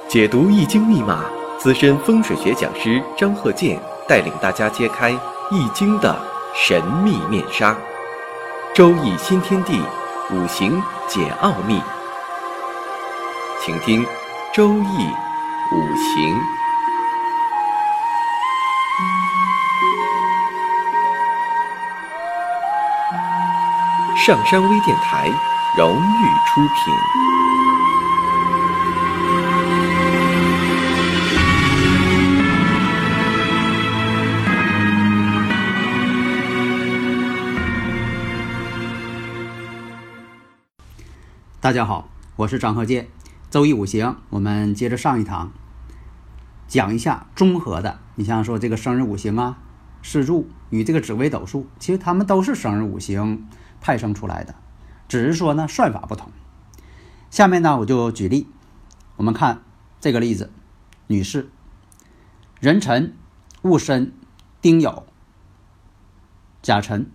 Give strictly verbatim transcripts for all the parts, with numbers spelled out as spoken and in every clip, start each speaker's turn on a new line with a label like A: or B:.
A: 解读易经密码，资深风水学讲师张鹤剑带领大家揭开易经的神秘面纱。周易新天地，五行解奥秘。请听周易五行。上山微电台荣誉出品。
B: 大家好，我是张鹤剑。周易五行，我们接着上一堂，讲一下综合的。你像说这个生日五行啊、四柱与这个紫微斗数，其实它们都是生日五行派生出来的，只是说呢算法不同。下面呢我就举例，我们看这个例子，女士，壬辰、戊申、丁酉、甲辰。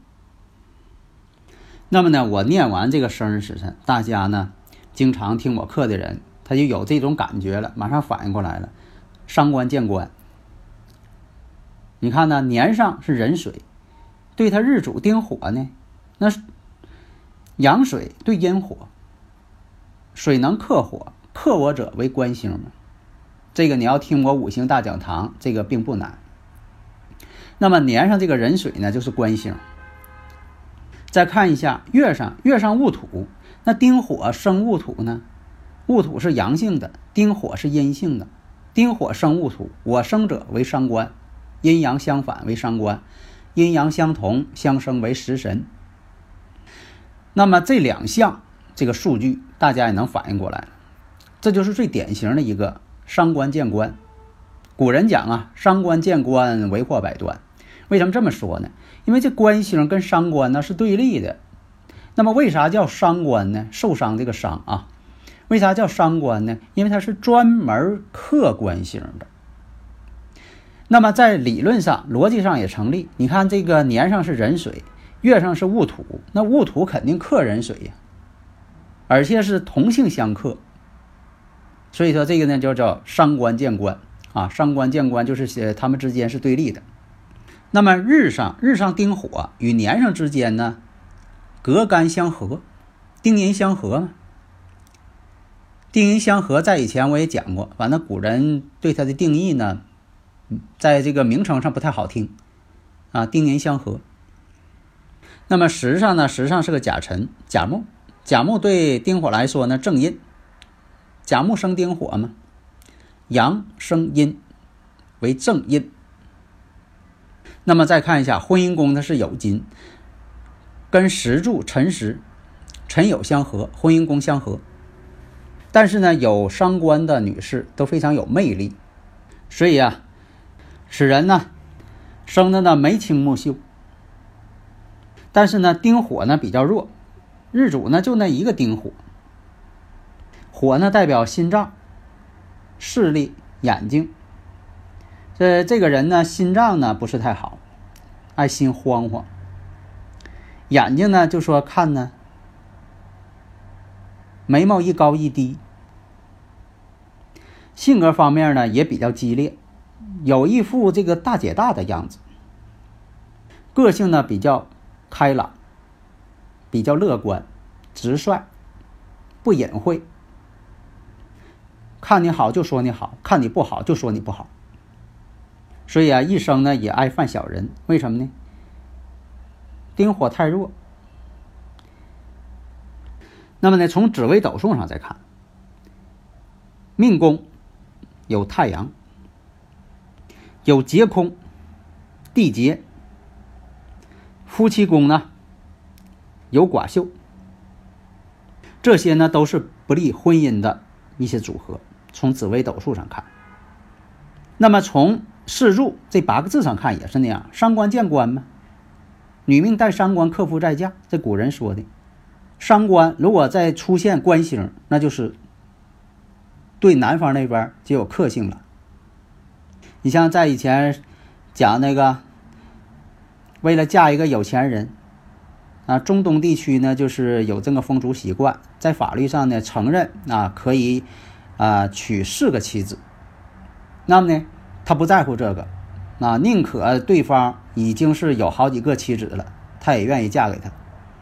B: 那么呢我念完这个生日时辰，大家呢经常听我课的人，他就有这种感觉了，马上反应过来了，伤官见官。你看呢，年上是壬水，对他日主丁火呢，那是阳水对阴火，水能克火，克我者为官星嘛。这个你要听我五行大讲堂，这个并不难。那么年上这个壬水呢，就是官星。再看一下月上，月上戊土，那丁火生戊土呢，戊土是阳性的，丁火是阴性的，丁火生戊土，我生者为伤官，阴阳相反为伤官，阴阳相同相生为食神。那么这两项这个数据大家也能反应过来，这就是最典型的一个伤官见官。古人讲啊，伤官见官为祸百端。为什么这么说呢？因为这官星跟伤官呢是对立的。那么为啥叫伤官呢？受伤这个伤啊，为啥叫伤官呢？因为它是专门克官星的。那么在理论上逻辑上也成立。你看这个年上是壬水，月上是戊土，那戊土肯定克壬水呀，而且是同性相克，所以说这个呢就叫伤官见官啊，伤官见官就是他们之间是对立的。那么日上日上丁火与年上之间呢隔干相合，丁寅相合嘛。丁寅相合在以前我也讲过，反正古人对它的定义呢在这个名称上不太好听啊，丁寅相合。那么时上呢，时上是个甲辰，甲木，甲木对丁火来说呢正阴，甲木生丁火嘛，阳生阴为正阴。那么再看一下婚姻宫，它是酉金，跟时柱辰时辰酉相合，婚姻宫相合。但是呢有伤官的女士都非常有魅力，所以啊此人呢生的呢眉清目秀，但是呢丁火呢比较弱，日主呢就那一个丁火，火呢代表心脏、视力、眼睛。这这个人呢心脏呢不是太好，爱心慌慌，眼睛呢就说看呢眉毛一高一低，性格方面呢也比较激烈，有一副这个大姐大的样子，个性呢比较开朗，比较乐观直率，不隐晦，看你好就说你好，看你不好就说你不好。所以啊一生呢也爱犯小人，为什么呢？丁火太弱。那么呢从紫微斗数上再看，命宫有太阳，有劫空、地劫，夫妻宫呢有寡宿，这些呢都是不利婚姻的一些组合，从紫微斗数上看。那么从四柱这八个字上看也是那样，伤官见官嘛，女命带伤官，克夫在嫁，这古人说的。伤官如果再出现官星，那就是对男方那边就有克性了。你像在以前讲那个为了嫁一个有钱人啊，中东地区呢就是有这个风俗习惯，在法律上呢承认啊可以啊、呃、娶四个妻子。那么呢，他不在乎这个，啊，宁可对方已经是有好几个妻子了，他也愿意嫁给他。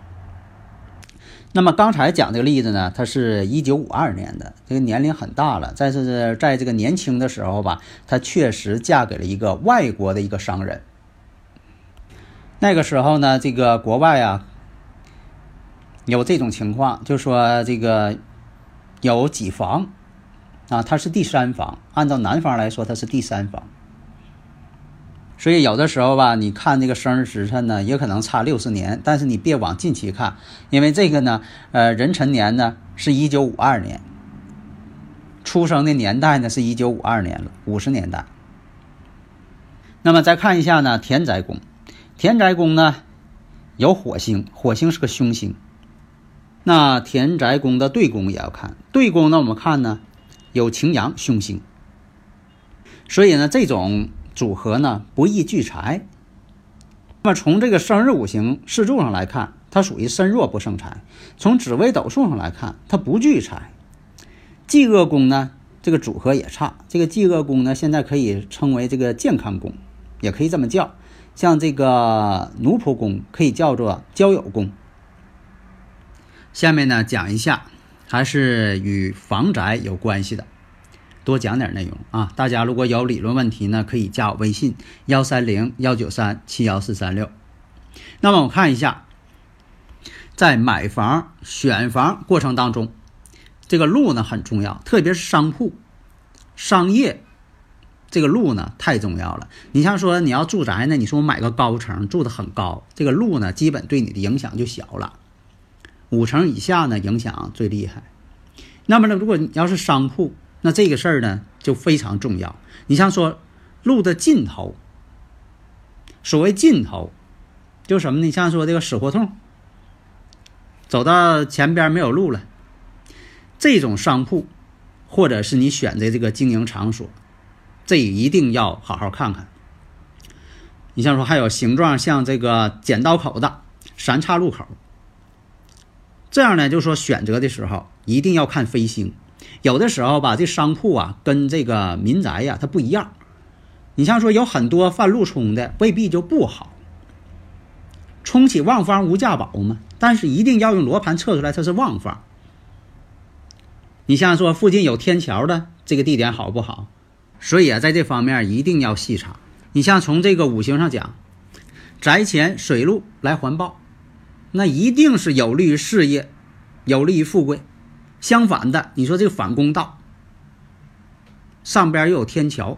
B: 那么刚才讲这个例子呢，他是一九五二年的，这个年龄很大了，但是在这个年轻的时候吧，他确实嫁给了一个外国的一个商人。那个时候呢，这个国外啊有这种情况，就说这个有几房啊，它是第三房，按照男方来说它是第三房。所以有的时候吧，你看这个生日时辰呢，也可能差六十年，但是你别往近期看，因为这个呢，呃，壬辰年呢是一九五二年，出生的年代呢是一九五二年了，五十年代。那么再看一下呢，田宅宫，田宅宫呢有火星，火星是个凶星。那田宅宫的对宫也要看，对宫呢我们看呢有擎羊凶星，所以呢这种组合呢不易聚财。那么从这个生日五行四柱上来看，它属于身弱不胜财；从紫微斗数上来看，它不聚财。忌厄宫呢，这个组合也差。这个忌厄宫呢，现在可以称为这个健康宫，也可以这么叫。像这个奴仆宫可以叫做交友宫。下面呢讲一下，还是与房宅有关系的。多讲点内容啊！大家如果有理论问题呢，可以加我微信幺三零幺九三七幺四三六。那么我看一下，在买房选房过程当中，这个路呢很重要，特别是商铺、商业，这个路呢太重要了。你像说你要住宅呢，你说我买个高层住得很高，这个路呢基本对你的影响就小了，五层以下呢影响最厉害。那么呢，如果你要是商铺，那这个事儿呢就非常重要。你像说路的尽头，所谓尽头就是什么呢？你像说这个死胡同，走到前边没有路了，这种商铺或者是你选择这个经营场所，这一定要好好看看。你像说还有形状像这个剪刀口的三岔路口，这样呢就是说选择的时候一定要看飞星。有的时候吧，这商铺啊跟这个民宅呀、啊、它不一样。你像说有很多犯路冲的未必就不好，冲起旺方无价宝嘛，但是一定要用罗盘测出来它是旺方。你像说附近有天桥的这个地点好不好，所以啊在这方面一定要细查。你像从这个五行上讲，宅前水路来环抱，那一定是有利于事业，有利于富贵。相反的，你说这个反公道，上边又有天桥、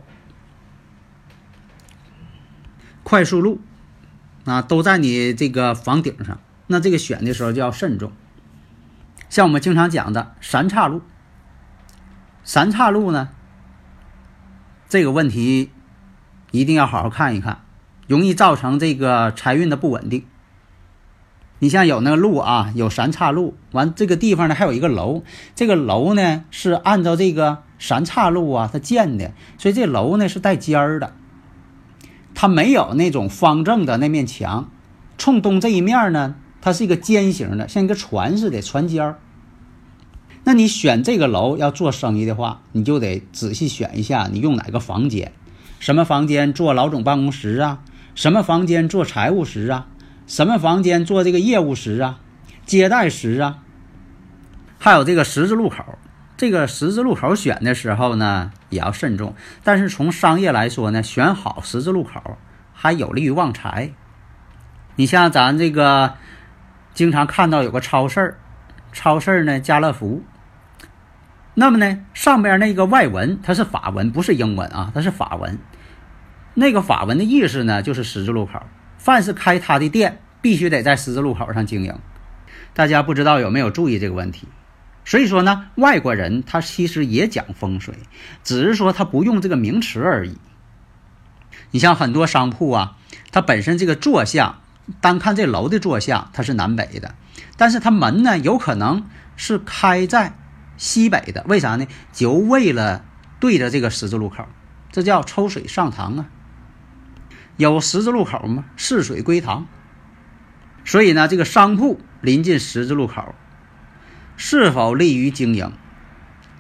B: 快速路啊，都在你这个房顶上，那这个选的时候就要慎重。像我们经常讲的三岔路，三岔路呢，这个问题一定要好好看一看，容易造成这个财运的不稳定。你像有那个路啊，有三岔路，完这个地方呢还有一个楼，这个楼呢是按照这个三岔路啊它建的，所以这楼呢是带尖儿的，它没有那种方正的那面墙，冲东这一面呢它是一个尖形的，像一个船似的船尖儿。那你选这个楼要做生意的话，你就得仔细选一下你用哪个房间，什么房间做老总办公室啊，什么房间做财务室啊，什么房间做这个业务室啊，接待室啊，还有这个十字路口。这个十字路口选的时候呢也要慎重，但是从商业来说呢，选好十字路口还有利于旺财。你像咱这个经常看到有个超市，超市呢家乐福，那么呢上边那个外文它是法文，不是英文啊，它是法文。那个法文的意思呢就是十字路口，凡是开他的店必须得在十字路口上经营。大家不知道有没有注意这个问题。所以说呢，外国人他其实也讲风水，只是说他不用这个名词而已。你像很多商铺啊，它本身这个坐向，单看这楼的坐向它是南北的，但是它门呢有可能是开在西北的，为啥呢？就为了对着这个十字路口，这叫抽水上堂啊。有十字路口吗？逝水归堂。所以呢，这个商铺临近十字路口是否利于经营，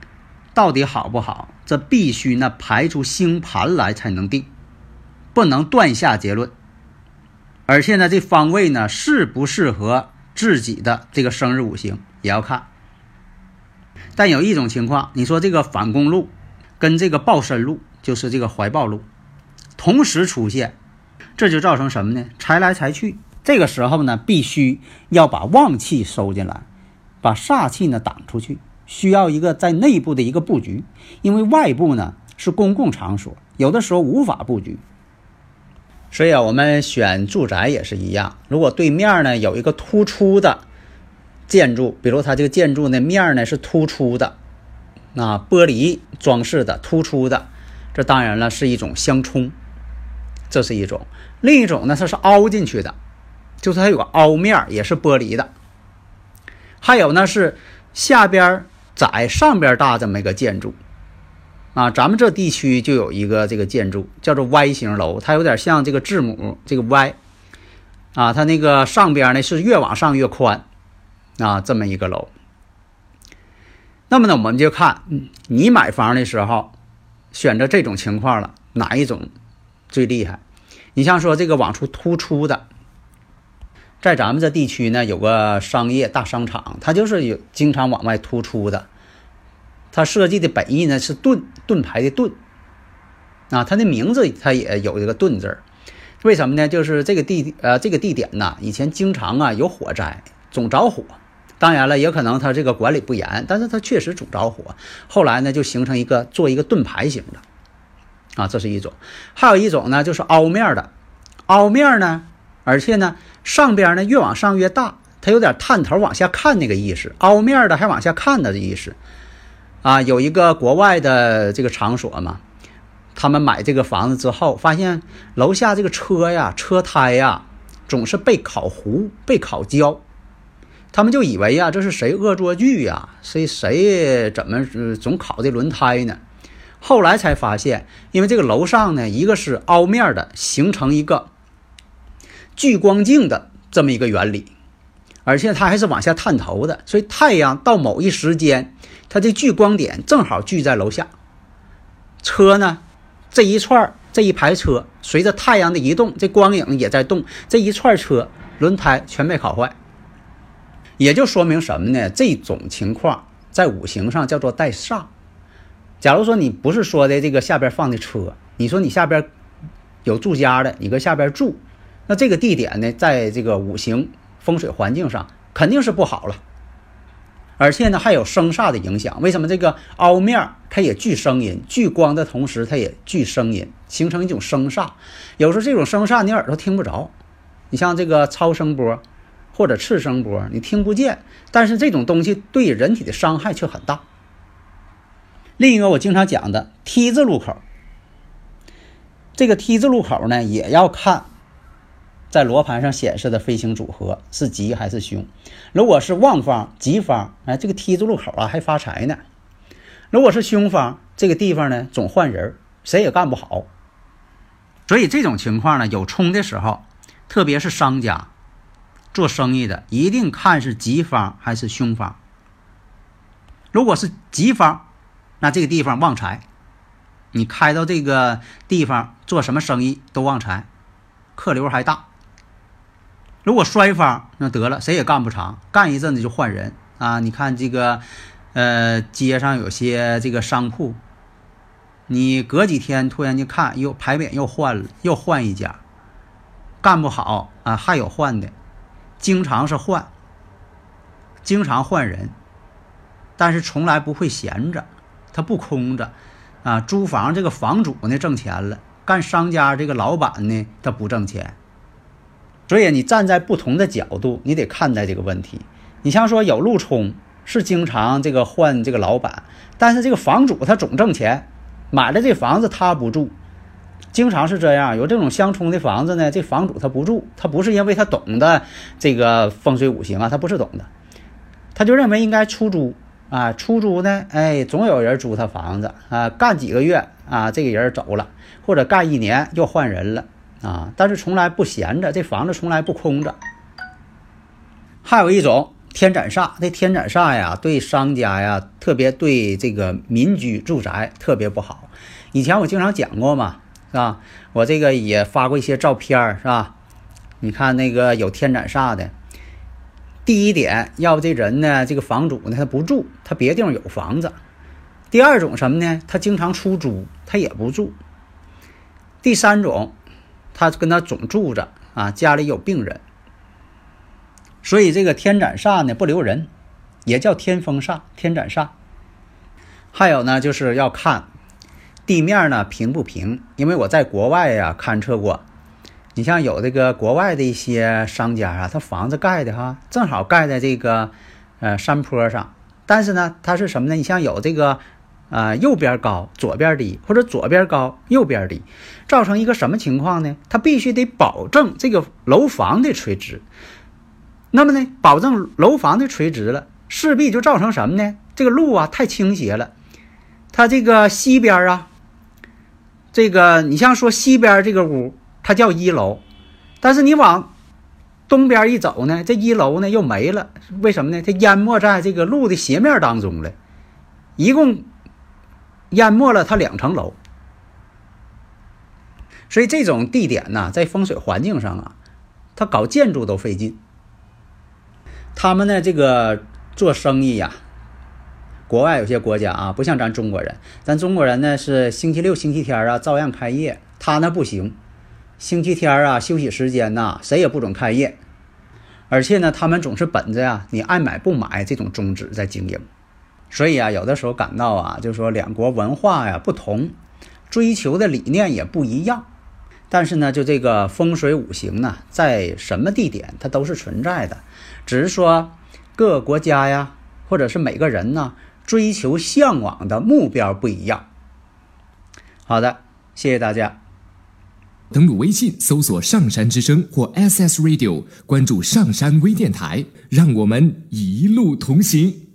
B: 到底好不好，这必须呢排出星盘来才能定，不能断下结论。而且呢，这方位呢适不适合自己的这个生日五行也要看。但有一种情况，你说这个反宫路跟这个抱身路，就是这个怀抱路同时出现，这就造成什么呢？财来财去。这个时候呢，必须要把旺气收进来，把煞气呢挡出去，需要一个在内部的一个布局。因为外部呢是公共场所，有的时候无法布局。所以啊，我们选住宅也是一样，如果对面呢有一个突出的建筑，比如它这个建筑呢面呢是突出的，那玻璃装饰的突出的，这当然了是一种相冲，这是一种。另一种呢它是凹进去的，就是它有个凹面也是玻璃的。还有呢是下边窄上边大这么一个建筑啊，咱们这地区就有一个这个建筑叫做 Y 型楼，它有点像这个字母这个 Y 啊，它那个上边呢是越往上越宽啊，这么一个楼。那么呢我们就看你买房的时候选择这种情况了，哪一种最厉害。你像说这个往出突出的，在咱们这地区呢有个商业大商场，它就是有经常往外突出的，它设计的本意呢是盾，盾牌的盾啊，它的名字它也有一个盾字。为什么呢？就是这个地呃这个地点呢以前经常啊有火灾，总着火。当然了，也可能它这个管理不严，但是它确实总着火。后来呢就形成一个做一个盾牌型的啊，这是一种。还有一种呢就是凹面的，凹面呢而且呢上边呢越往上越大，它有点探头往下看那个意思，凹面的还往下看的意思啊。有一个国外的这个场所嘛，他们买这个房子之后发现楼下这个车呀车胎呀总是被烤糊被烤焦，他们就以为呀这是谁恶作剧呀，谁谁怎么总烤这轮胎呢。后来才发现，因为这个楼上呢一个是凹面的，形成一个聚光镜的这么一个原理，而且它还是往下探头的，所以太阳到某一时间它这聚光点正好聚在楼下，车呢这一串这一排车随着太阳的移动，这光影也在动，这一串车轮胎全被烤坏。也就说明什么呢？这种情况在五行上叫做带煞。假如说你不是说的这个下边放的车，你说你下边有住家的，你搁下边住，那这个地点呢在这个五行风水环境上肯定是不好了。而且呢还有生煞的影响。为什么？这个凹面它也聚声音，聚光的同时它也聚声音，形成一种声煞。有时候这种声煞你耳朵听不着，你像这个超声波或者次声波你听不见，但是这种东西对人体的伤害却很大。另一个我经常讲的 T 字路口，这个 T 字路口呢也要看在罗盘上显示的飞行组合是吉还是凶。如果是旺方吉方，哎，这个 T 字路口啊还发财呢。如果是凶方，这个地方呢总换人，谁也干不好。所以这种情况呢有冲的时候，特别是商家做生意的一定看是吉方还是凶方。如果是吉方，那这个地方旺财，你开到这个地方做什么生意都旺财，客流还大。如果衰方，那得了，谁也干不长，干一阵子就换人啊。你看这个呃街上有些这个商铺，你隔几天突然间看又牌匾又换了，又换一家，干不好啊还有换的，经常是换，经常换人，但是从来不会闲着，他不空着啊。租房这个房主呢挣钱了，干商家这个老板呢他不挣钱。所以你站在不同的角度你得看待这个问题。你像说有路冲是经常这个换这个老板，但是这个房主他总挣钱，买了这房子他不住，经常是这样。有这种相冲的房子呢，这房主他不住，他不是因为他懂得这个风水五行啊，他不是懂的，他就认为应该出租啊，出租呢，哎，总有人租他房子啊，干几个月啊，这个人走了，或者干一年又换人了啊，但是从来不闲着，这房子从来不空着。还有一种天斩煞，这天斩煞呀，对商家呀，特别对这个民居住宅特别不好。以前我经常讲过嘛，是吧？我这个也发过一些照片，是吧？你看那个有天斩煞的，第一点，要不这人呢，这个房主呢他不住，他别地方有房子。第二种什么呢？他经常出租，他也不住。第三种，他跟他总住着啊，家里有病人。所以这个天斩煞呢不留人，也叫天风煞、天斩煞。还有呢，就是要看地面呢平不平，因为我在国外呀勘测过，你像有这个国外的一些商家啊，他房子盖的哈，正好盖在这个呃山坡上，但是呢，它是什么呢？你像有这个呃右边高左边低，或者左边高右边低，造成一个什么情况呢？它必须得保证这个楼房的垂直。那么呢，保证楼房的垂直了，势必就造成什么呢？这个路啊太倾斜了，它这个西边啊，这个你像说西边这个屋，它叫一楼，但是你往东边一走呢，这一楼呢又没了，为什么呢？它淹没在这个路的斜面当中了，一共淹没了它两层楼。所以这种地点呢，在风水环境上啊，它搞建筑都费劲。他们呢，这个做生意呀，国外有些国家啊，不像咱中国人，咱中国人呢是星期六、星期天啊照样开业，他那不行，星期天啊休息时间呐，谁也不准开业，而且呢，他们总是本着呀你爱买不买这种宗旨在经营，所以啊，有的时候感到啊，就是说两国文化呀不同，追求的理念也不一样。但是呢，就这个风水五行呢，在什么地点它都是存在的，只是说各个国家呀，或者是每个人呢，追求向往的目标不一样。好的，谢谢大家。
C: 登录微信搜索上山之声或 S S Radio， 关注上山微电台，让我们一路同行。